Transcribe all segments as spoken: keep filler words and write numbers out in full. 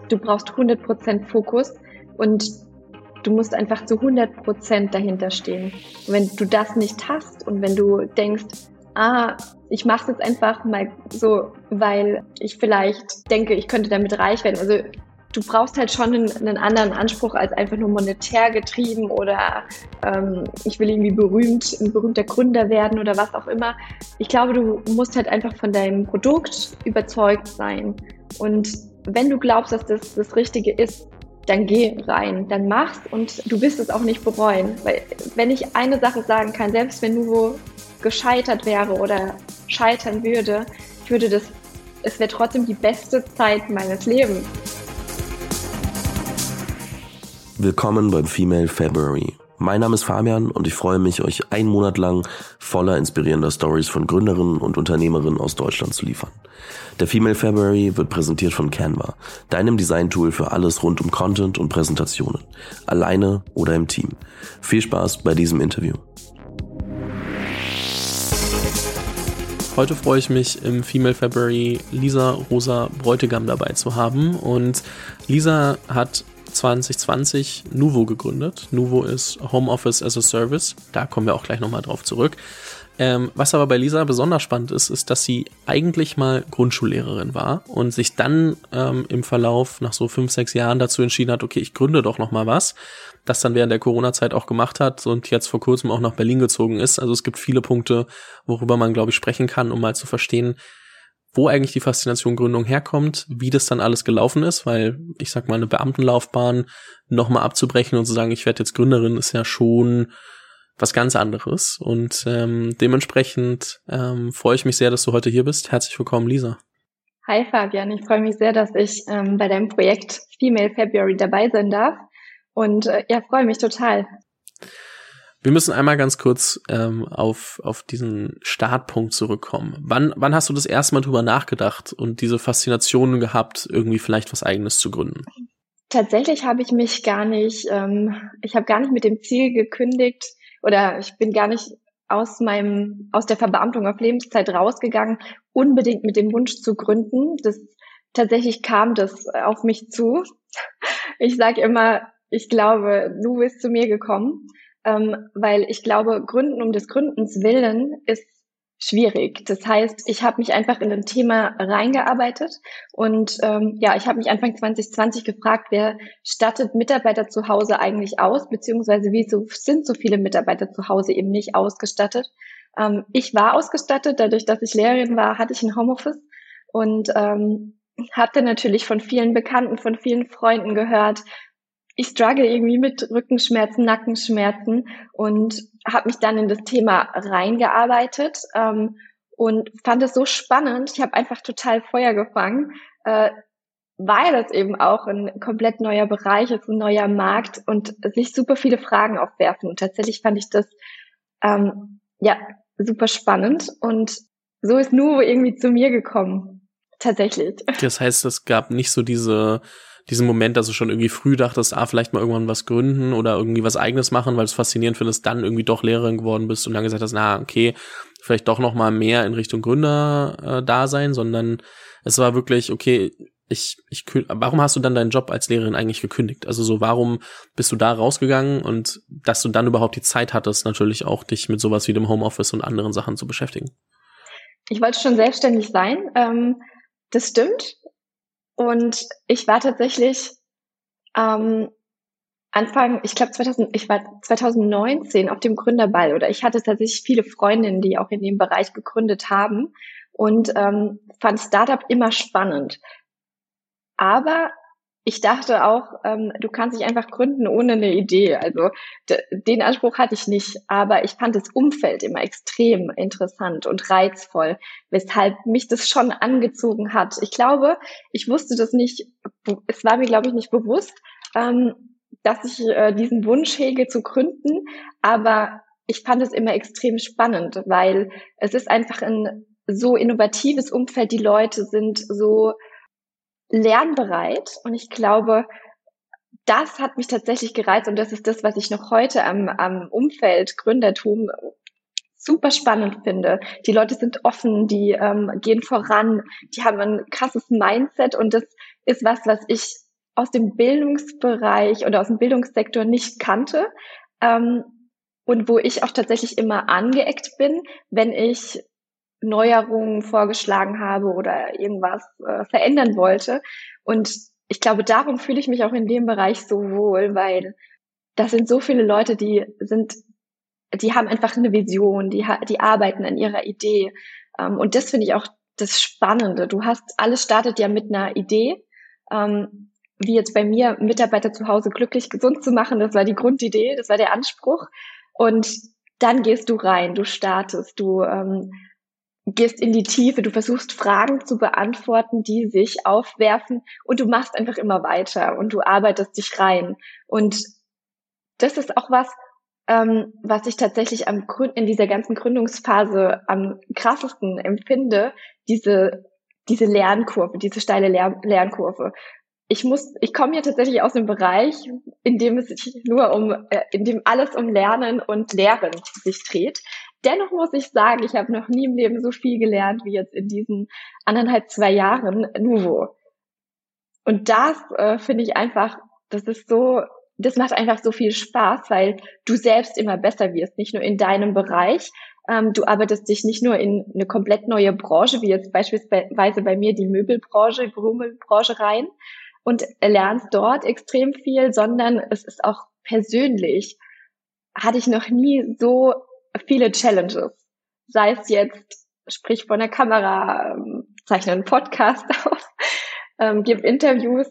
du brauchst hundert Prozent Fokus und du musst einfach zu hundert Prozent dahinter stehen. Und wenn du das nicht hast und wenn du denkst, ah, ich mache es jetzt einfach mal so, weil ich vielleicht denke, ich könnte damit reich werden. Also du brauchst halt schon einen, einen anderen Anspruch als einfach nur monetär getrieben oder ähm, ich will irgendwie berühmt, ein berühmter Gründer werden oder was auch immer. Ich glaube, du musst halt einfach von deinem Produkt überzeugt sein. Und wenn du glaubst, dass das das Richtige ist, dann geh rein, dann mach's und du wirst es auch nicht bereuen. Weil wenn ich eine Sache sagen kann, selbst wenn Nuvo gescheitert wäre oder scheitern würde, ich würde das, es wäre trotzdem die beste Zeit meines Lebens. Willkommen beim Female February. Mein Name ist Fabian und ich freue mich, euch einen Monat lang voller inspirierender Stories von Gründerinnen und Unternehmerinnen aus Deutschland zu liefern. Der Female February wird präsentiert von Canva, deinem Design-Tool für alles rund um Content und Präsentationen, alleine oder im Team. Viel Spaß bei diesem Interview. Heute freue ich mich, im Female February Lisa Rosa Bräutigam dabei zu haben. Und Lisa hat zwanzig zwanzig Nuvo gegründet. Nuvo ist Homeoffice as a Service. Da kommen wir auch gleich nochmal drauf zurück. Ähm, was aber bei Lisa besonders spannend ist, ist, dass sie eigentlich mal Grundschullehrerin war und sich dann ähm, im Verlauf nach so fünf, sechs Jahren dazu entschieden hat, okay, ich gründe doch nochmal was. Das dann während der Corona-Zeit auch gemacht hat und jetzt vor kurzem auch nach Berlin gezogen ist. Also es gibt viele Punkte, worüber man, glaube ich, sprechen kann, um mal zu verstehen, wo eigentlich die Faszination Gründung herkommt, wie das dann alles gelaufen ist, weil ich sag mal, eine Beamtenlaufbahn nochmal abzubrechen und zu sagen, ich werde jetzt Gründerin, ist ja schon was ganz anderes. Und ähm, dementsprechend ähm, freue ich mich sehr, dass du heute hier bist. Herzlich willkommen, Lisa. Hi Fabian, ich freue mich sehr, dass ich ähm, bei deinem Projekt Female February dabei sein darf und äh, ja, freue mich total. Wir müssen einmal ganz kurz ähm, auf auf diesen Startpunkt zurückkommen. Wann wann hast du das erste Mal drüber nachgedacht und diese Faszination gehabt, irgendwie vielleicht was Eigenes zu gründen? Tatsächlich habe ich mich gar nicht, ähm, ich habe gar nicht mit dem Ziel gekündigt oder ich bin gar nicht aus meinem aus der Verbeamtung auf Lebenszeit rausgegangen, unbedingt mit dem Wunsch zu gründen. Das tatsächlich kam das auf mich zu. Ich sage immer, ich glaube, du bist zu mir gekommen. Ähm, weil ich glaube, Gründen um des Gründens willen ist schwierig. Das heißt, ich habe mich einfach in ein Thema reingearbeitet und ähm, ja, ich habe mich Anfang zwanzig zwanzig gefragt, wer stattet Mitarbeiter zu Hause eigentlich aus, beziehungsweise wieso sind so viele Mitarbeiter zu Hause eben nicht ausgestattet. Ähm, ich war ausgestattet, dadurch, dass ich Lehrerin war, hatte ich ein Homeoffice und ähm, habe dann natürlich von vielen Bekannten, von vielen Freunden gehört, ich struggle irgendwie mit Rückenschmerzen, Nackenschmerzen und habe mich dann in das Thema reingearbeitet ähm, und fand es so spannend. Ich habe einfach total Feuer gefangen, äh, weil das eben auch ein komplett neuer Bereich ist, ein neuer Markt und sich super viele Fragen aufwerfen. Und tatsächlich fand ich das ähm, ja super spannend und so ist Nuvo irgendwie zu mir gekommen. Tatsächlich. Das heißt, es gab nicht so diese diesen Moment, dass du schon irgendwie früh dachtest, ah, vielleicht mal irgendwann was gründen oder irgendwie was Eigenes machen, weil du es faszinierend findest, dann irgendwie doch Lehrerin geworden bist und dann gesagt hast, na, okay, vielleicht doch noch mal mehr in Richtung Gründer-Dasein, äh, sondern es war wirklich, okay, ich, ich, warum hast du dann deinen Job als Lehrerin eigentlich gekündigt? Also so, warum bist du da rausgegangen und dass du dann überhaupt die Zeit hattest, natürlich auch dich mit sowas wie dem Homeoffice und anderen Sachen zu beschäftigen? Ich wollte schon selbstständig sein, ähm, das stimmt. Und ich war tatsächlich ähm, Anfang, ich glaube zweitausend, ich war zwanzig neunzehn auf dem Gründerball oder ich hatte tatsächlich viele Freundinnen, die auch in dem Bereich gegründet haben und ähm, fand Startup immer spannend. Aber ich dachte auch, ähm, du kannst nicht einfach gründen ohne eine Idee. Also d- den Anspruch hatte ich nicht, aber ich fand das Umfeld immer extrem interessant und reizvoll, weshalb mich das schon angezogen hat. Ich glaube, ich wusste das nicht, es war mir, glaube ich, nicht bewusst, ähm, dass ich äh, diesen Wunsch hege zu gründen, aber ich fand es immer extrem spannend, weil es ist einfach ein so innovatives Umfeld, die Leute sind so lernbereit und ich glaube, das hat mich tatsächlich gereizt und das ist das, was ich noch heute am, am Umfeld Gründertum super spannend finde. Die Leute sind offen, die ähm, gehen voran, die haben ein krasses Mindset und das ist was, was ich aus dem Bildungsbereich oder aus dem Bildungssektor nicht kannte, ähm, und wo ich auch tatsächlich immer angeeckt bin, wenn ich Neuerungen vorgeschlagen habe oder irgendwas äh, verändern wollte. Und ich glaube, darum fühle ich mich auch in dem Bereich so wohl, weil das sind so viele Leute, die sind, die haben einfach eine Vision, die, die arbeiten an ihrer Idee. Ähm, und das finde ich auch das Spannende. Du hast, alles startet ja mit einer Idee. Ähm, wie jetzt bei mir, Mitarbeiter zu Hause glücklich, gesund zu machen, das war die Grundidee, das war der Anspruch. Und dann gehst du rein, du startest, du ähm, gehst in die Tiefe, du versuchst Fragen zu beantworten, die sich aufwerfen und du machst einfach immer weiter und du arbeitest dich rein. Und das ist auch was, ähm, was ich tatsächlich am Gründ- in dieser ganzen Gründungsphase am krassesten empfinde, diese diese Lernkurve, diese steile Lern- Lernkurve. Ich muss, ich komme ja tatsächlich aus einem Bereich, in dem es sich nur um, äh, in dem alles um Lernen und Lehren sich dreht. Dennoch muss ich sagen, ich habe noch nie im Leben so viel gelernt wie jetzt in diesen anderthalb, zwei Jahren Nuvo. Und das äh, finde ich einfach, das ist so, das macht einfach so viel Spaß, weil du selbst immer besser wirst, nicht nur in deinem Bereich. Ähm, du arbeitest dich nicht nur in eine komplett neue Branche, wie jetzt beispielsweise bei mir die Möbelbranche, Möbelbranche rein und lernst dort extrem viel, sondern es ist auch persönlich. Hatte ich noch nie so viele Challenges. Sei es jetzt, sprich vor der Kamera, ähm, zeichne einen Podcast auf, ähm, gib Interviews,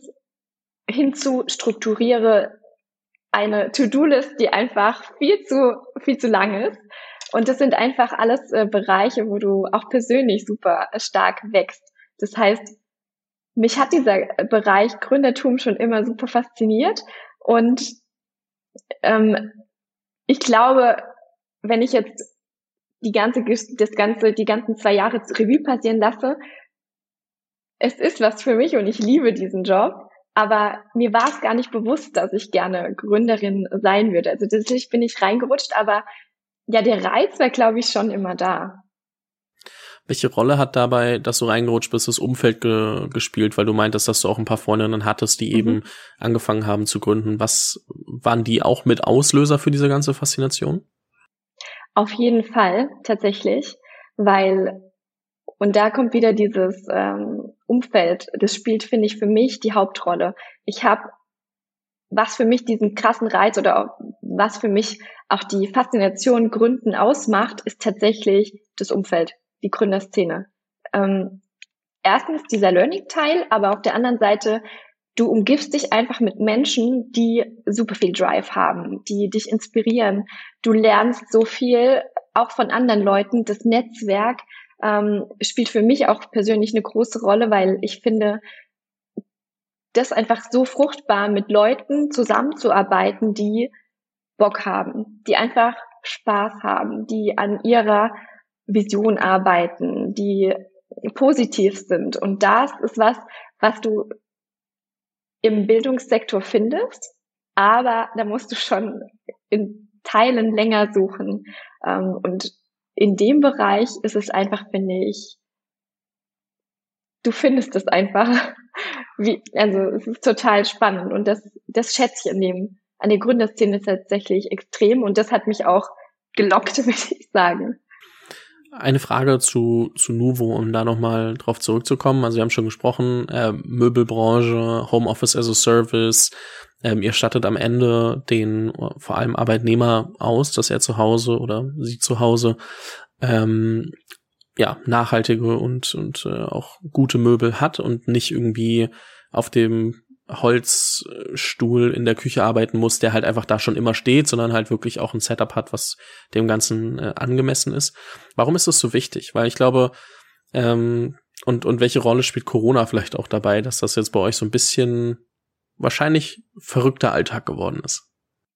hinzu strukturiere eine To-Do-List, die einfach viel zu viel zu lang ist. Und das sind einfach alles äh, Bereiche, wo du auch persönlich super stark wächst. Das heißt, mich hat dieser Bereich Gründertum schon immer super fasziniert. Und ähm, ich glaube, wenn ich jetzt die ganze, das ganze, die ganzen zwei Jahre Revue passieren lasse, es ist was für mich und ich liebe diesen Job. Aber mir war es gar nicht bewusst, dass ich gerne Gründerin sein würde. Also tatsächlich bin ich reingerutscht, aber ja, der Reiz war, glaube ich, schon immer da. Welche Rolle hat dabei, dass du reingerutscht bist, das Umfeld ge- gespielt? Weil du meintest, dass du auch ein paar Freundinnen hattest, die mhm. eben angefangen haben zu gründen. Was waren die auch mit Auslöser für diese ganze Faszination? Auf jeden Fall, tatsächlich, weil, und da kommt wieder dieses ähm, Umfeld, das spielt, finde ich, für mich die Hauptrolle. Ich habe, was für mich diesen krassen Reiz oder auch, was für mich auch die Faszination Gründen ausmacht, ist tatsächlich das Umfeld, die Gründerszene. Ähm, erstens dieser Learning-Teil, aber auf der anderen Seite, du umgibst dich einfach mit Menschen, die super viel Drive haben, die dich inspirieren. Du lernst so viel, auch von anderen Leuten. Das Netzwerk ähm, spielt für mich auch persönlich eine große Rolle, weil ich finde, das einfach so fruchtbar, mit Leuten zusammenzuarbeiten, die Bock haben, die einfach Spaß haben, die an ihrer Vision arbeiten, die positiv sind. Und das ist was, was du im Bildungssektor findest, aber da musst du schon in Teilen länger suchen. Und in dem Bereich ist es einfach, finde ich, du findest es einfach. Wie, also es ist total spannend und das, das schätze ich an dem, an der Gründerszene tatsächlich extrem und das hat mich auch gelockt, würde ich sagen. Eine Frage zu zu Nuvo, um da nochmal drauf zurückzukommen. Also wir haben schon gesprochen, äh, Möbelbranche, Homeoffice as a Service. Ähm, ihr stattet am Ende den vor allem Arbeitnehmer aus, dass er zu Hause oder sie zu Hause ähm, ja nachhaltige und und äh, auch gute Möbel hat und nicht irgendwie auf dem Holzstuhl in der Küche arbeiten muss, der halt einfach da schon immer steht, sondern halt wirklich auch ein Setup hat, was dem Ganzen äh, angemessen ist. Warum ist das so wichtig? Weil ich glaube, ähm, und und welche Rolle spielt Corona vielleicht auch dabei, dass das jetzt bei euch so ein bisschen wahrscheinlich verrückter Alltag geworden ist?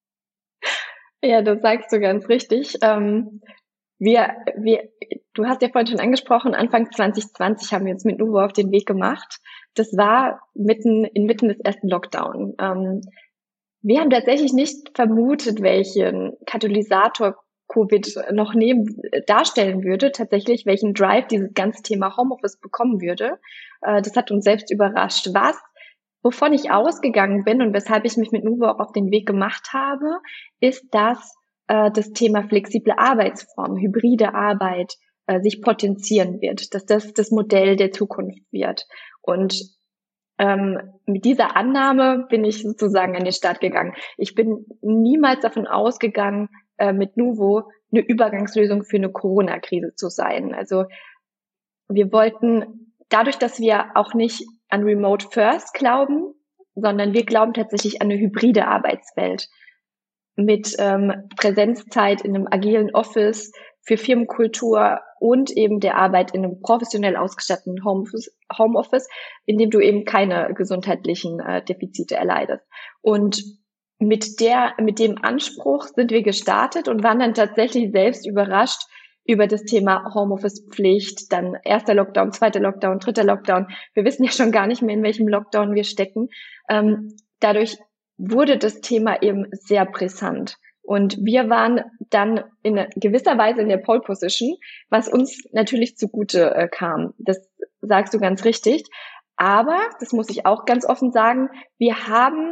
Ja, das sagst du ganz richtig. Ähm, wir, wir, du hast ja vorhin schon angesprochen, Anfang zwanzig zwanzig haben wir uns mit Nuvo auf den Weg gemacht. Das war mitten, inmitten des ersten Lockdown. Ähm, wir haben tatsächlich nicht vermutet, welchen Katalysator Covid noch neben, darstellen würde, tatsächlich welchen Drive dieses ganze Thema Homeoffice bekommen würde. Äh, das hat uns selbst überrascht. Was wovon ich ausgegangen bin und weshalb ich mich mit Nuvo auch auf den Weg gemacht habe, ist, dass äh, das Thema flexible Arbeitsformen, hybride Arbeit äh, sich potenzieren wird, dass das das Modell der Zukunft wird. Und ähm, mit dieser Annahme bin ich sozusagen an den Start gegangen. Ich bin niemals davon ausgegangen, äh, mit Nuvo eine Übergangslösung für eine Corona-Krise zu sein. Also wir wollten, dadurch, dass wir auch nicht an Remote First glauben, sondern wir glauben tatsächlich an eine hybride Arbeitswelt mit ähm, Präsenzzeit in einem agilen Office für Firmenkultur und eben der Arbeit in einem professionell ausgestatteten Homeoffice, Homeoffice, in dem du eben keine gesundheitlichen äh, Defizite erleidest. Und mit der, mit dem Anspruch sind wir gestartet und waren dann tatsächlich selbst überrascht über das Thema Homeoffice-Pflicht, dann erster Lockdown, zweiter Lockdown, dritter Lockdown. Wir wissen ja schon gar nicht mehr, in welchem Lockdown wir stecken. Ähm, dadurch wurde das Thema eben sehr brisant. Und wir waren dann in gewisser Weise in der Pole Position, was uns natürlich zugute äh, kam. Das sagst du ganz richtig. Aber, das muss ich auch ganz offen sagen, wir haben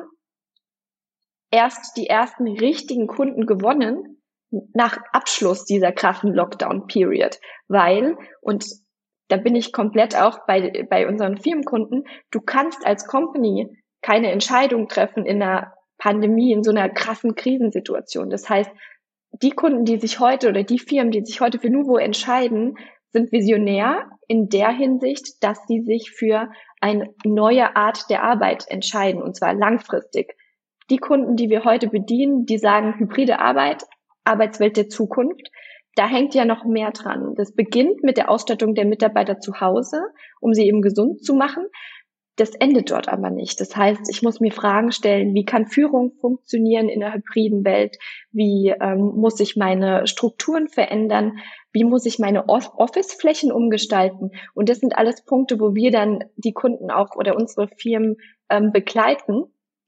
erst die ersten richtigen Kunden gewonnen, nach Abschluss dieser krassen Lockdown-Period, weil, und da bin ich komplett auch bei, bei unseren Firmenkunden, du kannst als Company keine Entscheidung treffen in einer Pandemie, in so einer krassen Krisensituation. Das heißt, die Kunden, die sich heute oder die Firmen, die sich heute für Nuvo entscheiden, sind visionär in der Hinsicht, dass sie sich für eine neue Art der Arbeit entscheiden, und zwar langfristig. Die Kunden, die wir heute bedienen, die sagen hybride Arbeit, Arbeitswelt der Zukunft, da hängt ja noch mehr dran. Das beginnt mit der Ausstattung der Mitarbeiter zu Hause, um sie eben gesund zu machen. Das endet dort aber nicht. Das heißt, ich muss mir Fragen stellen, wie kann Führung funktionieren in der hybriden Welt? Wie ähm, muss ich meine Strukturen verändern? Wie muss ich meine Office-Flächen umgestalten? Und das sind alles Punkte, wo wir dann die Kunden auch oder unsere Firmen ähm, begleiten,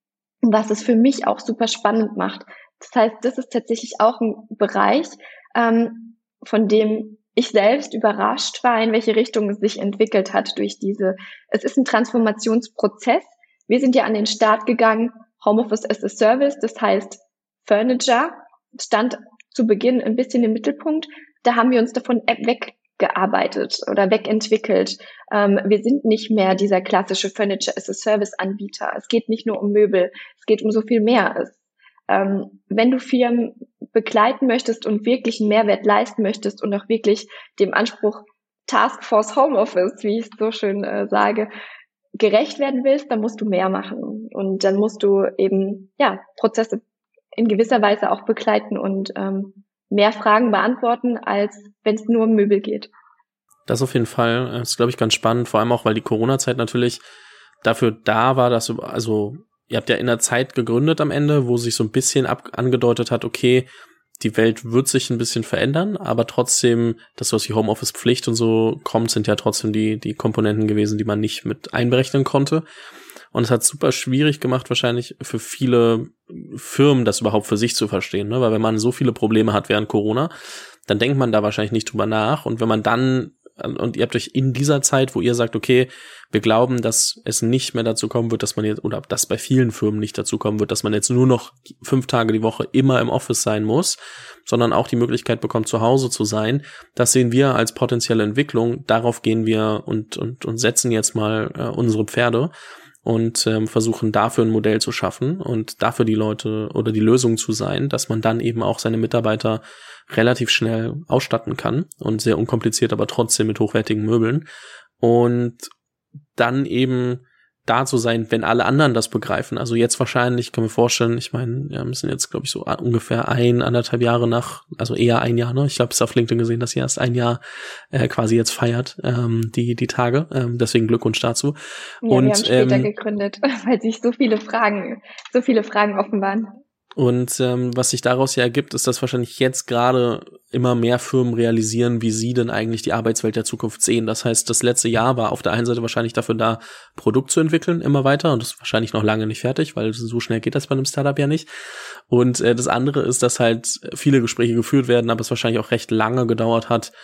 was es für mich auch super spannend macht. Das heißt, das ist tatsächlich auch ein Bereich, ähm, von dem ich selbst überrascht war, in welche Richtung es sich entwickelt hat durch diese, es ist ein Transformationsprozess. Wir sind ja an den Start gegangen, Homeoffice as a Service, das heißt Furniture stand zu Beginn ein bisschen im Mittelpunkt. Da haben wir uns davon weggearbeitet oder wegentwickelt. Ähm, wir sind nicht mehr dieser klassische Furniture as a Service Anbieter. Es geht nicht nur um Möbel, es geht um so viel mehr. Es Ähm, wenn du Firmen begleiten möchtest und wirklich einen Mehrwert leisten möchtest und auch wirklich dem Anspruch Taskforce Homeoffice, wie ich so schön äh, sage, gerecht werden willst, dann musst du mehr machen. Und dann musst du eben ja Prozesse in gewisser Weise auch begleiten und ähm, mehr Fragen beantworten, als wenn es nur um Möbel geht. Das auf jeden Fall. Das ist, glaube ich, ganz spannend, vor allem auch, weil die Corona-Zeit natürlich dafür da war, dass du, also ihr habt ja in der Zeit gegründet am Ende, wo sich so ein bisschen ab angedeutet hat, okay, die Welt wird sich ein bisschen verändern, aber trotzdem, das, was die Homeoffice-Pflicht und so kommt, sind ja trotzdem die die Komponenten gewesen, die man nicht mit einberechnen konnte. Und es hat super schwierig gemacht, wahrscheinlich für viele Firmen, das überhaupt für sich zu verstehen, ne? Weil wenn man so viele Probleme hat während Corona, dann denkt man da wahrscheinlich nicht drüber nach. Und wenn man dann und ihr habt euch in dieser Zeit, wo ihr sagt, okay, wir glauben, dass es nicht mehr dazu kommen wird, dass man jetzt, oder dass bei vielen Firmen nicht dazu kommen wird, dass man jetzt nur noch fünf Tage die Woche immer im Office sein muss, sondern auch die Möglichkeit bekommt, zu Hause zu sein. Das sehen wir als potenzielle Entwicklung. Darauf gehen wir und und und setzen jetzt mal äh, unsere Pferde und ähm, versuchen dafür ein Modell zu schaffen und dafür die Leute oder die Lösung zu sein, dass man dann eben auch seine Mitarbeiter relativ schnell ausstatten kann und sehr unkompliziert, aber trotzdem mit hochwertigen Möbeln und dann eben da zu sein, wenn alle anderen das begreifen. Also jetzt wahrscheinlich, kann mir vorstellen, ich meine, wir müssen jetzt, glaube ich, so ungefähr ein, anderthalb Jahre nach, also eher ein Jahr, ne? Ich habe es auf LinkedIn gesehen, dass ihr erst ein Jahr äh, quasi jetzt feiert, ähm, die die Tage. Ähm, deswegen Glückwunsch dazu. Ja, und, wir haben später ähm, gegründet, weil sich so viele Fragen, so viele Fragen offen waren. Und ähm, was sich daraus ja ergibt, ist, dass wahrscheinlich jetzt gerade immer mehr Firmen realisieren, wie sie denn eigentlich die Arbeitswelt der Zukunft sehen. Das heißt, das letzte Jahr war auf der einen Seite wahrscheinlich dafür da, Produkt zu entwickeln, immer weiter. Und das ist wahrscheinlich noch lange nicht fertig, weil so schnell geht das bei einem Startup ja nicht. Und äh, das andere ist, dass halt viele Gespräche geführt werden, aber es wahrscheinlich auch recht lange gedauert hat,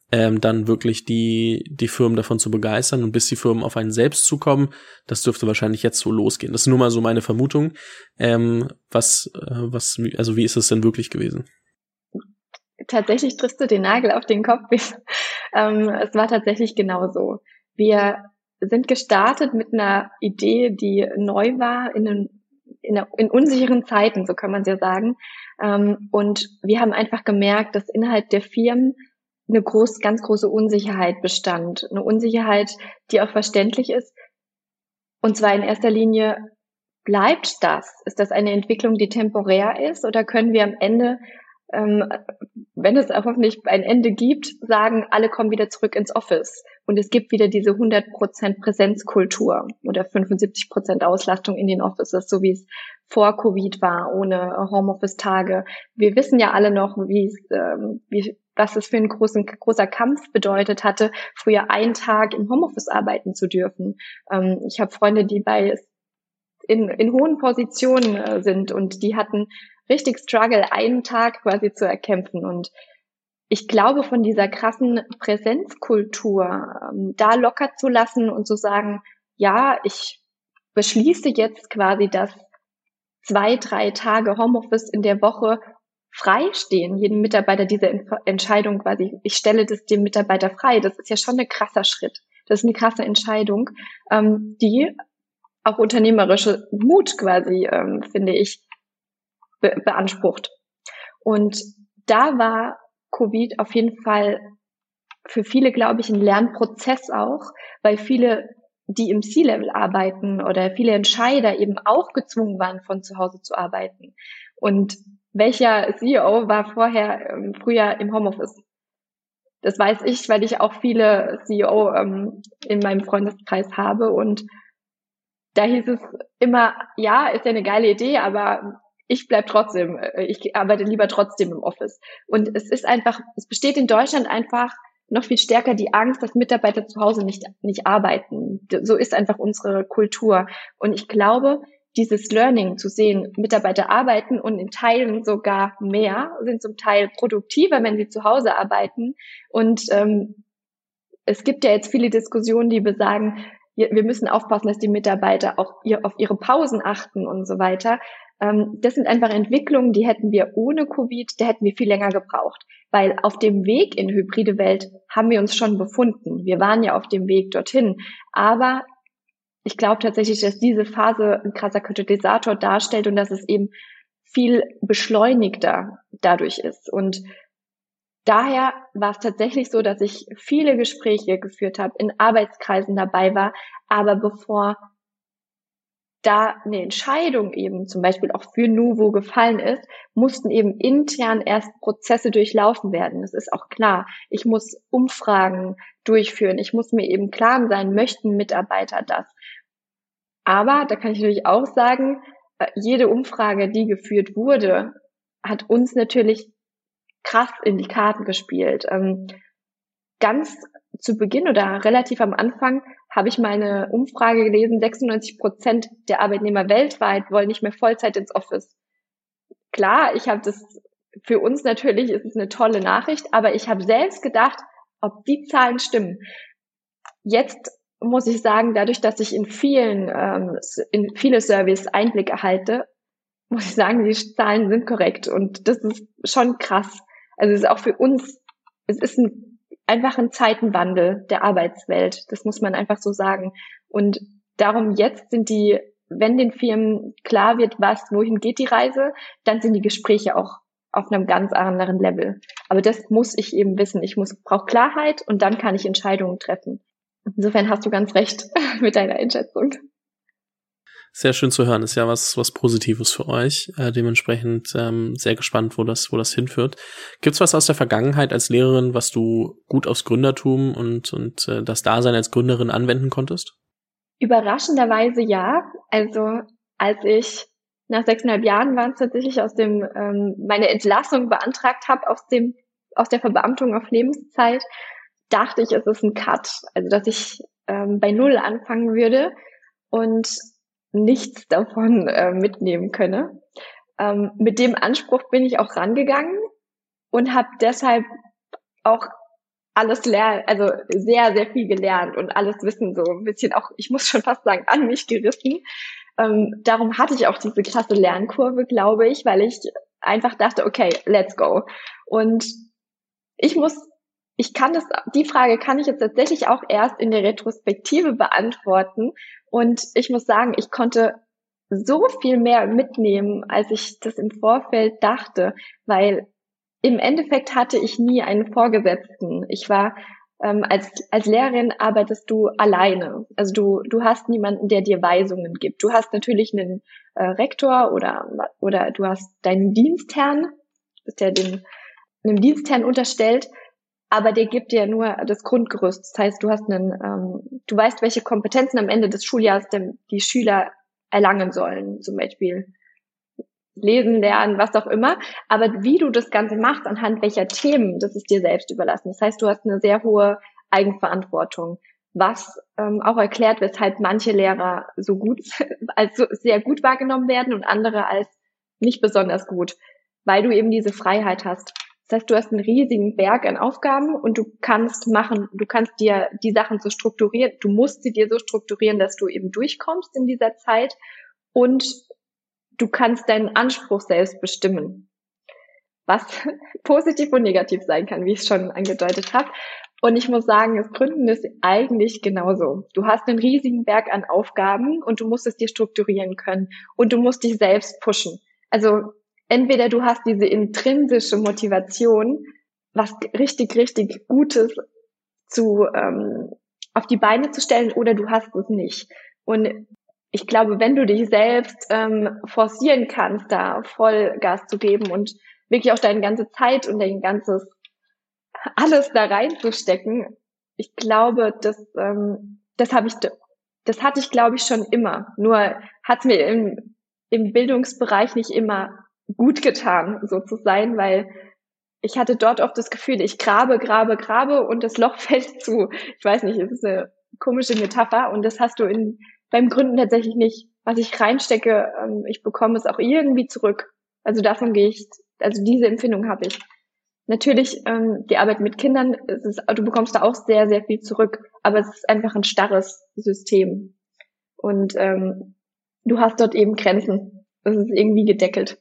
ähm, dann wirklich die die Firmen davon zu begeistern und bis die Firmen auf einen selbst zukommen, das dürfte wahrscheinlich jetzt so losgehen. Das ist nur mal so meine Vermutung. Ähm, was, äh, was, also wie ist es denn wirklich gewesen? Tatsächlich triffst du den Nagel auf den Kopf. ähm, es war tatsächlich genauso. Wir sind gestartet mit einer Idee, die neu war in, einen, in, einer, in unsicheren Zeiten, so kann man es ja sagen. Ähm, und wir haben einfach gemerkt, dass innerhalb der Firmen eine groß, ganz große Unsicherheit bestand. Eine Unsicherheit, die auch verständlich ist. Und zwar in erster Linie, bleibt das? Ist das eine Entwicklung, die temporär ist? Oder können wir am Ende, ähm, wenn es auch hoffentlich ein Ende gibt, sagen, alle kommen wieder zurück ins Office und es gibt wieder diese hundert Prozent Präsenzkultur oder fünfundsiebzig Prozent Auslastung in den Offices, so wie es vor Covid war, ohne Homeoffice-Tage. Wir wissen ja alle noch, wie es, ähm, wie, was es für einen großen, großer Kampf bedeutet hatte, früher einen Tag im Homeoffice arbeiten zu dürfen. Ähm, ich habe Freunde, die bei in, in hohen Positionen äh, sind und die hatten richtig Struggle, einen Tag quasi zu erkämpfen. Und ich glaube, von dieser krassen Präsenzkultur ähm, da locker zu lassen und zu sagen, ja, ich beschließe jetzt quasi, dass zwei, drei Tage Homeoffice in der Woche freistehen, jedem Mitarbeiter diese Entscheidung quasi, ich stelle das dem Mitarbeiter frei, das ist ja schon ein krasser Schritt. Das ist eine krasse Entscheidung, ähm, die auch unternehmerische Mut quasi, ähm, finde ich, be- beansprucht. Und da war Covid auf jeden Fall für viele, glaube ich, ein Lernprozess auch, weil viele, die im C-Level arbeiten oder viele Entscheider eben auch gezwungen waren, von zu Hause zu arbeiten. Und welcher C E O war vorher, ähm, früher im Homeoffice? Das weiß ich, weil ich auch viele C E O ähm, in meinem Freundeskreis habe und da hieß es immer, ja, ist ja eine geile Idee, aber ich bleib trotzdem, ich arbeite lieber trotzdem im Office. Und es ist einfach, es besteht in Deutschland einfach noch viel stärker die Angst, dass Mitarbeiter zu Hause nicht, nicht arbeiten. So ist einfach unsere Kultur. Und ich glaube, dieses Learning zu sehen, Mitarbeiter arbeiten und in Teilen sogar mehr, sind zum Teil produktiver, wenn sie zu Hause arbeiten. Und ähm, es gibt ja jetzt viele Diskussionen, die besagen, wir müssen aufpassen, dass die Mitarbeiter auch auf ihre Pausen achten und so weiter. Das sind einfach Entwicklungen, die hätten wir ohne Covid, da hätten wir viel länger gebraucht. Weil auf dem Weg in hybride Welt haben wir uns schon befunden. Wir waren ja auf dem Weg dorthin. Aber ich glaube tatsächlich, dass diese Phase ein krasser Katalysator darstellt und dass es eben viel beschleunigter dadurch ist. Und daher war es tatsächlich so, dass ich viele Gespräche geführt habe, in Arbeitskreisen dabei war, aber bevor da eine Entscheidung eben zum Beispiel auch für Nuvo gefallen ist, mussten eben intern erst Prozesse durchlaufen werden. Das ist auch klar. Ich muss Umfragen durchführen. Ich muss mir eben klar sein, möchten Mitarbeiter das. Aber da kann ich natürlich auch sagen, jede Umfrage, die geführt wurde, hat uns natürlich krass in die Karten gespielt. Ähm, ganz zu Beginn oder relativ am Anfang habe ich mal eine Umfrage gelesen, sechsundneunzig Prozent der Arbeitnehmer weltweit wollen nicht mehr Vollzeit ins Office. Klar, ich habe das, für uns natürlich ist es eine tolle Nachricht, aber ich habe selbst gedacht, ob die Zahlen stimmen. Jetzt muss ich sagen, dadurch, dass ich in vielen, ähm, in viele Surveys Einblick erhalte, muss ich sagen, die Zahlen sind korrekt und das ist schon krass. Also es ist auch für uns, es ist ein, einfach ein Zeitenwandel der Arbeitswelt. Das muss man einfach so sagen. Und darum jetzt sind die, wenn den Firmen klar wird, was, wohin geht die Reise, dann sind die Gespräche auch auf einem ganz anderen Level. Aber das muss ich eben wissen. Ich muss, brauche Klarheit und dann kann ich Entscheidungen treffen. Insofern hast du ganz recht mit deiner Einschätzung. Sehr schön zu hören, ist ja was was Positives für euch. Äh, dementsprechend ähm, sehr gespannt, wo das wo das hinführt. Gibt's was aus der Vergangenheit als Lehrerin, was du gut aufs Gründertum und und äh, das Dasein als Gründerin anwenden konntest? Überraschenderweise ja. Also als ich nach sechseinhalb Jahren waren es tatsächlich aus dem ähm, meine Entlassung beantragt habe aus dem aus der Verbeamtung auf Lebenszeit, dachte ich, es ist ein Cut, also dass ich ähm, bei Null anfangen würde und nichts davon äh, mitnehmen könne. Ähm, mit dem Anspruch bin ich auch rangegangen und habe deshalb auch alles lernen, also sehr, sehr viel gelernt und alles Wissen so ein bisschen auch, ich muss schon fast sagen, an mich gerissen. Ähm, darum hatte ich auch diese krasse Lernkurve, glaube ich, weil ich einfach dachte, okay, let's go. Und ich muss, ich kann das, die Frage kann ich jetzt tatsächlich auch erst in der Retrospektive beantworten. Und ich muss sagen, ich konnte so viel mehr mitnehmen, als ich das im Vorfeld dachte, weil im Endeffekt hatte ich nie einen Vorgesetzten. Ich war ähm, als als Lehrerin arbeitest du alleine. Also du du hast niemanden, der dir Weisungen gibt. Du hast natürlich einen äh, Rektor oder oder du hast deinen Dienstherrn, du bist ja dem einem Dienstherrn unterstellt, aber der gibt dir nur das Grundgerüst. Das heißt, du hast einen, ähm, du weißt, welche Kompetenzen am Ende des Schuljahres denn die Schüler erlangen sollen, zum Beispiel lesen, lernen, was auch immer. Aber wie du das Ganze machst, anhand welcher Themen, das ist dir selbst überlassen. Das heißt, du hast eine sehr hohe Eigenverantwortung, was ähm, auch erklärt, weshalb manche Lehrer so gut, als so sehr gut wahrgenommen werden und andere als nicht besonders gut, weil du eben diese Freiheit hast. Das heißt, du hast einen riesigen Berg an Aufgaben und du kannst machen, du kannst dir die Sachen so strukturieren, du musst sie dir so strukturieren, dass du eben durchkommst in dieser Zeit und du kannst deinen Anspruch selbst bestimmen, was positiv und negativ sein kann, wie ich es schon angedeutet habe. Und ich muss sagen, das Gründen ist eigentlich genauso. Du hast einen riesigen Berg an Aufgaben und du musst es dir strukturieren können und du musst dich selbst pushen. Also entweder du hast diese intrinsische Motivation, was richtig, richtig Gutes zu ähm, auf die Beine zu stellen, oder du hast es nicht. Und ich glaube, wenn du dich selbst ähm, forcieren kannst, da Vollgas zu geben und wirklich auch deine ganze Zeit und dein ganzes alles da reinzustecken, ich glaube, das ähm, das habe ich, das hatte ich, glaube ich, schon immer. Nur hat es mir im im Bildungsbereich nicht immer gut getan, so zu sein, weil ich hatte dort oft das Gefühl, ich grabe, grabe, grabe und das Loch fällt zu. Ich weiß nicht, es ist eine komische Metapher und das hast du in beim Gründen tatsächlich nicht. Was ich reinstecke, ähm, ich bekomme es auch irgendwie zurück. Also davon gehe ich, also diese Empfindung habe ich. Natürlich, ähm, die Arbeit mit Kindern, es ist, du bekommst da auch sehr, sehr viel zurück, aber es ist einfach ein starres System. Und ähm, du hast dort eben Grenzen. Das ist irgendwie gedeckelt.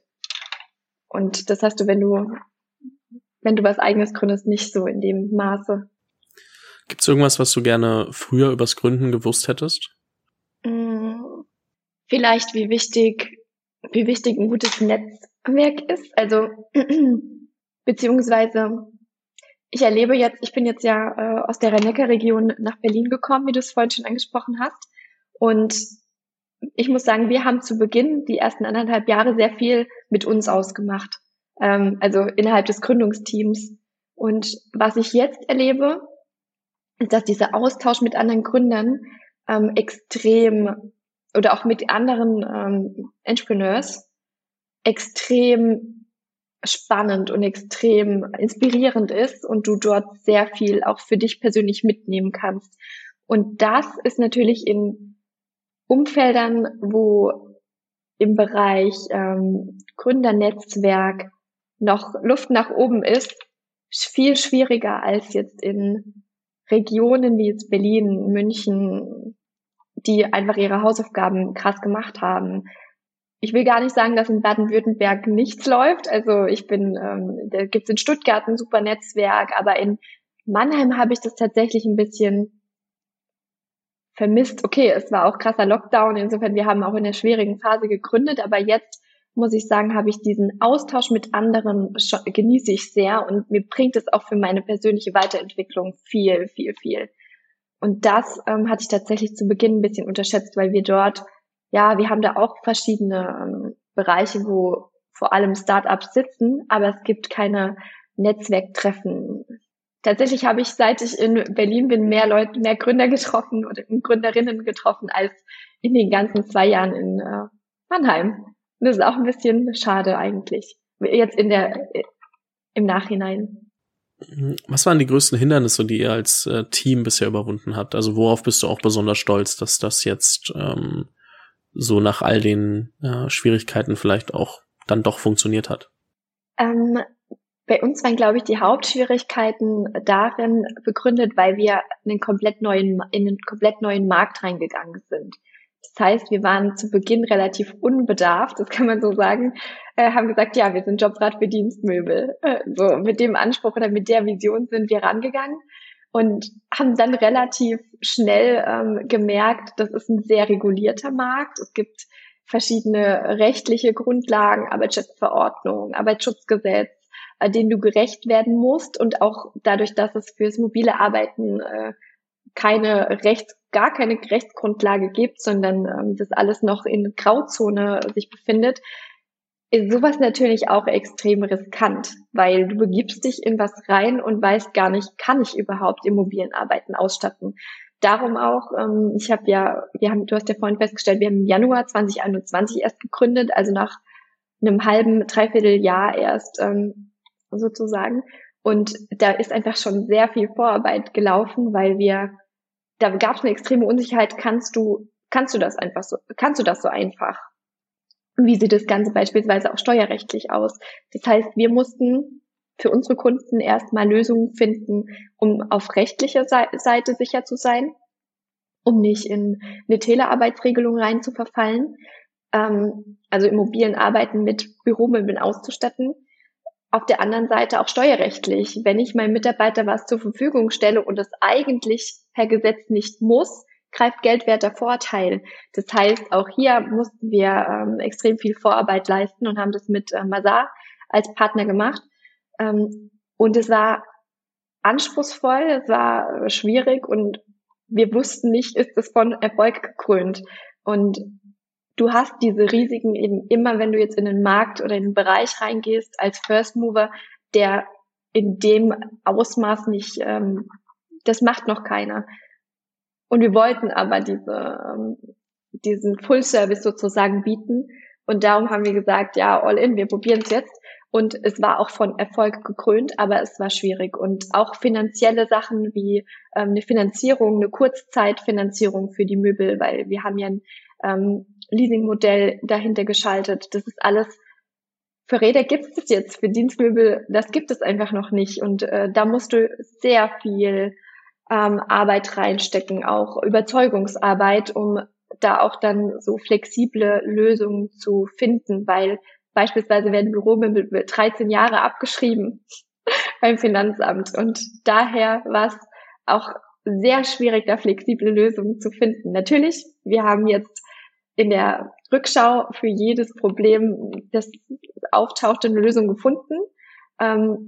Und das hast du, wenn du, wenn du was Eigenes gründest, nicht so in dem Maße. Gibt es irgendwas, was du gerne früher übers Gründen gewusst hättest? Vielleicht, wie wichtig, wie wichtig ein gutes Netzwerk ist. Also, beziehungsweise, ich erlebe jetzt, ich bin jetzt ja äh, aus der Rhein-Neckar-Region nach Berlin gekommen, wie du es vorhin schon angesprochen hast. Und ich muss sagen, wir haben zu Beginn, die ersten anderthalb Jahre, sehr viel mit uns ausgemacht. Ähm, also innerhalb des Gründungsteams. Und was ich jetzt erlebe, ist, dass dieser Austausch mit anderen Gründern ähm, extrem, oder auch mit anderen ähm, Entrepreneurs, extrem spannend und extrem inspirierend ist und du dort sehr viel auch für dich persönlich mitnehmen kannst. Und das ist natürlich in Umfeldern, wo im Bereich ähm, Gründernetzwerk noch Luft nach oben ist, viel schwieriger als jetzt in Regionen wie jetzt Berlin, München, die einfach ihre Hausaufgaben krass gemacht haben. Ich will gar nicht sagen, dass in Baden-Württemberg nichts läuft. Also ich bin, ähm, da gibt's in Stuttgart ein super Netzwerk, aber in Mannheim habe ich das tatsächlich ein bisschen vermisst. Okay, es war auch krasser Lockdown, insofern wir haben auch in der schwierigen Phase gegründet, aber jetzt muss ich sagen, habe ich diesen Austausch mit anderen, genieße ich sehr und mir bringt es auch für meine persönliche Weiterentwicklung viel, viel, viel. Und das ähm, hatte ich tatsächlich zu Beginn ein bisschen unterschätzt, weil wir dort, ja, wir haben da auch verschiedene ähm, Bereiche, wo vor allem Startups sitzen, aber es gibt keine Netzwerktreffen. Tatsächlich habe ich, seit ich in Berlin bin, mehr Leute, mehr Gründer getroffen oder Gründerinnen getroffen als in den ganzen zwei Jahren in äh, Mannheim. Und das ist auch ein bisschen schade eigentlich. Jetzt in der, im Nachhinein. Was waren die größten Hindernisse, die ihr als äh, Team bisher überwunden habt? Also worauf bist du auch besonders stolz, dass das jetzt ähm, so nach all den äh, Schwierigkeiten vielleicht auch dann doch funktioniert hat? Ähm, Bei uns waren, glaube ich, die Hauptschwierigkeiten darin begründet, weil wir in einen komplett neuen, in einen komplett neuen Markt reingegangen sind. Das heißt, wir waren zu Beginn relativ unbedarft, das kann man so sagen, äh, haben gesagt, ja, wir sind Jobrat für Dienstmöbel. Äh, so mit dem Anspruch oder mit der Vision sind wir rangegangen und haben dann relativ schnell ähm, gemerkt, das ist ein sehr regulierter Markt. Es gibt verschiedene rechtliche Grundlagen, Arbeitsschutzverordnung, Arbeitsschutzgesetz, äh, denen du gerecht werden musst, und auch dadurch, dass es fürs mobile Arbeiten äh, keine Rechts, gar keine Rechtsgrundlage gibt, sondern ähm, das alles noch in Grauzone sich befindet, ist sowas natürlich auch extrem riskant, weil du begibst dich in was rein und weißt gar nicht, kann ich überhaupt Immobilienarbeiten ausstatten. Darum auch, ähm, ich habe ja, wir haben, du hast ja vorhin festgestellt, wir haben im Januar zwanzig einundzwanzig erst gegründet, also nach einem halben, dreiviertel Jahr erst ähm, sozusagen. Und da ist einfach schon sehr viel Vorarbeit gelaufen, weil wir, da gab es eine extreme Unsicherheit, kannst du, kannst du das einfach so, kannst du das so einfach? Wie sieht das Ganze beispielsweise auch steuerrechtlich aus? Das heißt, wir mussten für unsere Kunden erstmal Lösungen finden, um auf rechtlicher Seite sicher zu sein, um nicht in eine Telearbeitsregelung rein zu verfallen, ähm, also Immobilienarbeiten mit Büromöbeln auszustatten. Auf der anderen Seite auch steuerrechtlich. Wenn ich meinem Mitarbeiter was zur Verfügung stelle und es eigentlich per Gesetz nicht muss, greift geldwerter Vorteil. Das heißt, auch hier mussten wir ähm, extrem viel Vorarbeit leisten und haben das mit äh, Mazar als Partner gemacht. Ähm, und es war anspruchsvoll, es war schwierig und wir wussten nicht, ist es von Erfolg gekrönt. Und du hast diese Risiken eben immer, wenn du jetzt in den Markt oder in den Bereich reingehst, als First Mover, der in dem Ausmaß nicht, ähm, das macht noch keiner. Und wir wollten aber diese, ähm, diesen Full-Service sozusagen bieten. Und darum haben wir gesagt, ja, all in, wir probieren es jetzt. Und es war auch von Erfolg gekrönt, aber es war schwierig. Und auch finanzielle Sachen wie ähm, eine Finanzierung, eine Kurzzeitfinanzierung für die Möbel, weil wir haben ja ein ähm, Leasingmodell dahinter geschaltet. Das ist alles, für Räder gibt es jetzt, für Dienstmöbel, das gibt es einfach noch nicht. Und äh, da musst du sehr viel ähm, Arbeit reinstecken, auch Überzeugungsarbeit, um da auch dann so flexible Lösungen zu finden, weil beispielsweise werden Büromöbel dreizehn Jahre abgeschrieben beim Finanzamt. Und daher war es auch sehr schwierig, da flexible Lösungen zu finden. Natürlich, wir haben jetzt in der Rückschau für jedes Problem, das auftaucht, eine Lösung gefunden, ähm,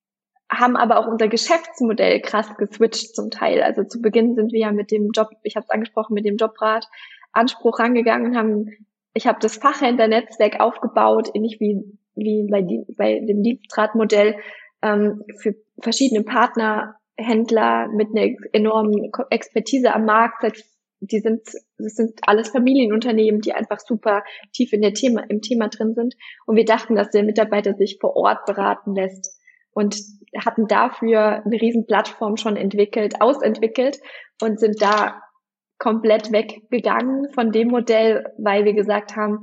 haben aber auch unser Geschäftsmodell krass geswitcht zum Teil. Also zu Beginn sind wir ja mit dem Job, ich habe es angesprochen, mit dem Jobrat Anspruch rangegangen und haben, ich habe das Fachhändlernetzwerk aufgebaut, ähnlich wie wie bei, die, bei dem Dienstratmodell, ähm, für verschiedene Partnerhändler mit einer enormen Expertise am Markt. Die sind, das sind alles Familienunternehmen, die einfach super tief in der Thema, im Thema drin sind. Und wir dachten, dass der Mitarbeiter sich vor Ort beraten lässt und hatten dafür eine riesen Plattform schon entwickelt, ausentwickelt und sind da komplett weggegangen von dem Modell, weil wir gesagt haben,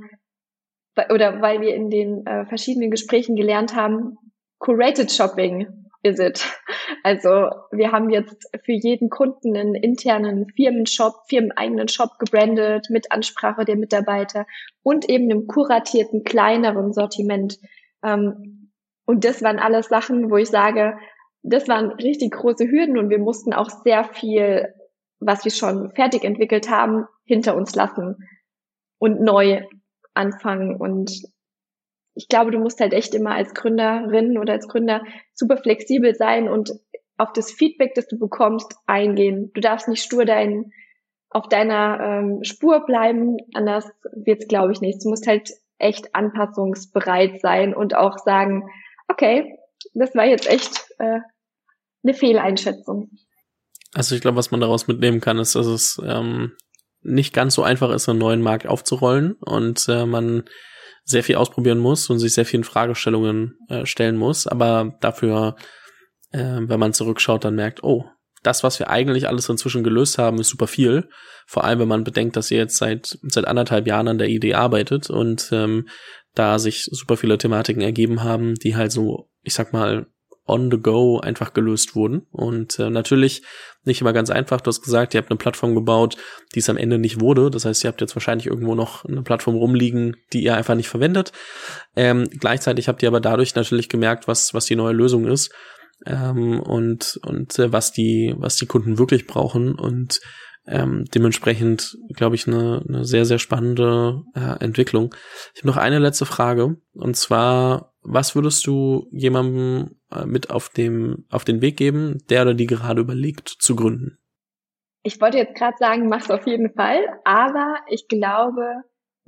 oder weil wir in den äh, verschiedenen Gesprächen gelernt haben, curated shopping is it. Also wir haben jetzt für jeden Kunden einen internen Firmenshop, firmeneigenen Shop gebrandet mit Ansprache der Mitarbeiter und eben einem kuratierten, kleineren Sortiment. Ähm, und das waren alles Sachen, wo ich sage, das waren richtig große Hürden und wir mussten auch sehr viel, was wir schon fertig entwickelt haben, hinter uns lassen und neu anfangen. Und ich glaube, du musst halt echt immer als Gründerin oder als Gründer super flexibel sein und auf das Feedback, das du bekommst, eingehen. Du darfst nicht stur dein, auf deiner ähm, Spur bleiben, anders wird's, glaube ich, nichts. Du musst halt echt anpassungsbereit sein und auch sagen, okay, das war jetzt echt äh, eine Fehleinschätzung. Also ich glaube, was man daraus mitnehmen kann, ist, dass es ähm, nicht ganz so einfach ist, einen neuen Markt aufzurollen und äh, man sehr viel ausprobieren muss und sich sehr vielen Fragestellungen äh, stellen muss, aber dafür, äh, wenn man zurückschaut, dann merkt, oh, das, was wir eigentlich alles inzwischen gelöst haben, ist super viel, vor allem, wenn man bedenkt, dass ihr jetzt seit seit anderthalb Jahren an der Idee arbeitet und ähm, da sich super viele Thematiken ergeben haben, die halt so ich sag mal, on the go einfach gelöst wurden. Und äh, natürlich nicht immer ganz einfach. Du hast gesagt, ihr habt eine Plattform gebaut, die es am Ende nicht wurde. Das heißt, ihr habt jetzt wahrscheinlich irgendwo noch eine Plattform rumliegen, die ihr einfach nicht verwendet. Ähm, gleichzeitig habt ihr aber dadurch natürlich gemerkt, was was die neue Lösung ist ähm, und und äh, was die was die Kunden wirklich brauchen. Und ähm, dementsprechend, glaube ich, eine, eine sehr, sehr spannende äh, Entwicklung. Ich habe noch eine letzte Frage. Und zwar, was würdest du jemandem äh, mit auf dem auf den Weg geben, der oder die gerade überlegt, zu gründen? Ich wollte jetzt gerade sagen, mach's auf jeden Fall. Aber ich glaube,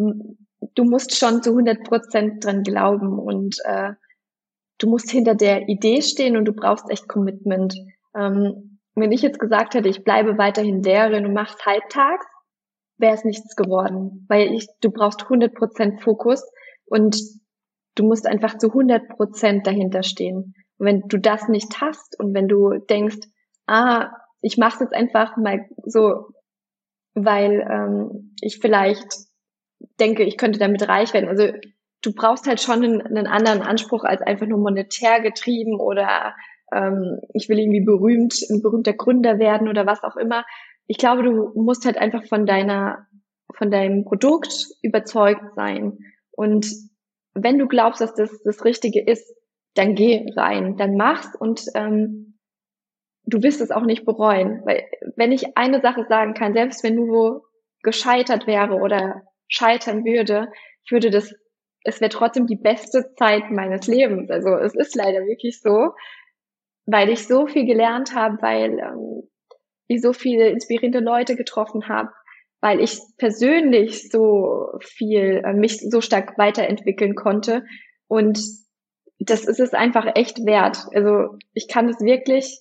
du musst schon zu hundert Prozent dran glauben. Und äh, du musst hinter der Idee stehen und du brauchst echt Commitment. Ähm, Wenn ich jetzt gesagt hätte, ich bleibe weiterhin Lehrerin und mach's halbtags, wäre es nichts geworden. Weil ich, du brauchst hundert Prozent Fokus und du musst einfach zu hundert Prozent dahinter stehen. Und wenn du das nicht hast und wenn du denkst, ah, ich mach's jetzt einfach mal so, weil ähm, ich vielleicht denke, ich könnte damit reich werden. Also du brauchst halt schon einen, einen anderen Anspruch als einfach nur monetär getrieben oder ich will irgendwie berühmt, ein berühmter Gründer werden oder was auch immer. Ich glaube, du musst halt einfach von deiner, von deinem Produkt überzeugt sein. Und wenn du glaubst, dass das das Richtige ist, dann geh rein, dann mach's und ähm, du wirst es auch nicht bereuen. Weil wenn ich eine Sache sagen kann, selbst wenn Nuvo gescheitert wäre oder scheitern würde, ich würde das, es wäre trotzdem die beste Zeit meines Lebens. Also es ist leider wirklich so, weil ich so viel gelernt habe, weil ähm, ich so viele inspirierende Leute getroffen habe, weil ich persönlich so viel, äh, mich so stark weiterentwickeln konnte und das ist es einfach echt wert. Also ich kann es wirklich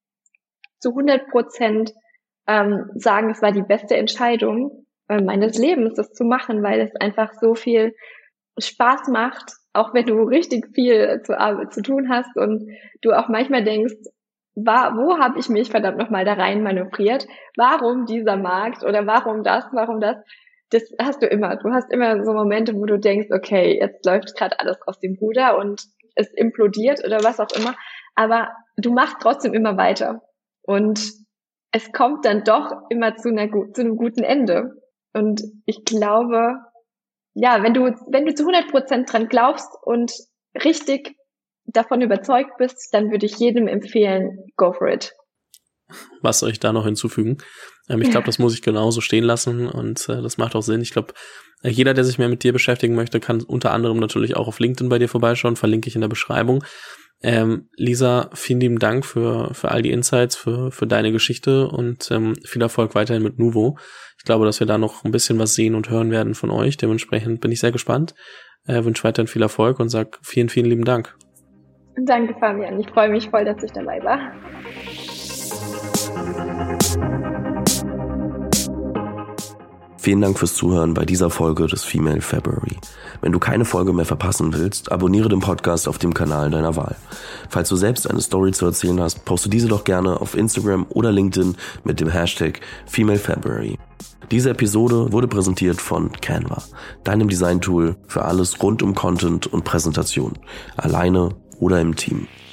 zu hundert Prozent ähm, sagen, es war die beste Entscheidung äh, meines Lebens, das zu machen, weil es einfach so viel Spaß macht, auch wenn du richtig viel zu, zu tun hast und du auch manchmal denkst, war, wo habe ich mich verdammt nochmal da rein manövriert? Warum dieser Markt oder warum das, warum das? Das hast du immer. Du hast immer so Momente, wo du denkst, okay, jetzt läuft gerade alles aus dem Ruder und es implodiert oder was auch immer. Aber du machst trotzdem immer weiter und es kommt dann doch immer zu, einer, zu einem guten Ende. Und ich glaube, ja, wenn du, wenn du zu hundert Prozent dran glaubst und richtig davon überzeugt bist, dann würde ich jedem empfehlen, go for it. Was soll ich da noch hinzufügen? Ähm, ich glaube, das muss ich genauso stehen lassen und äh, das macht auch Sinn. Ich glaube, äh, jeder, der sich mehr mit dir beschäftigen möchte, kann unter anderem natürlich auch auf LinkedIn bei dir vorbeischauen, verlinke ich in der Beschreibung. Ähm, Lisa, vielen lieben Dank für für all die Insights, für für deine Geschichte und ähm, viel Erfolg weiterhin mit Nuvo. Ich glaube, dass wir da noch ein bisschen was sehen und hören werden von euch. Dementsprechend bin ich sehr gespannt. Äh, wünsche weiterhin viel Erfolg und sag vielen, vielen lieben Dank. Danke, Fabian. Ich freue mich voll, dass ich dabei war. Vielen Dank fürs Zuhören bei dieser Folge des Female February. Wenn du keine Folge mehr verpassen willst, abonniere den Podcast auf dem Kanal deiner Wahl. Falls du selbst eine Story zu erzählen hast, poste diese doch gerne auf Instagram oder LinkedIn mit dem Hashtag Female February. Diese Episode wurde präsentiert von Canva, deinem Designtool für alles rund um Content und Präsentation, alleine oder im Team.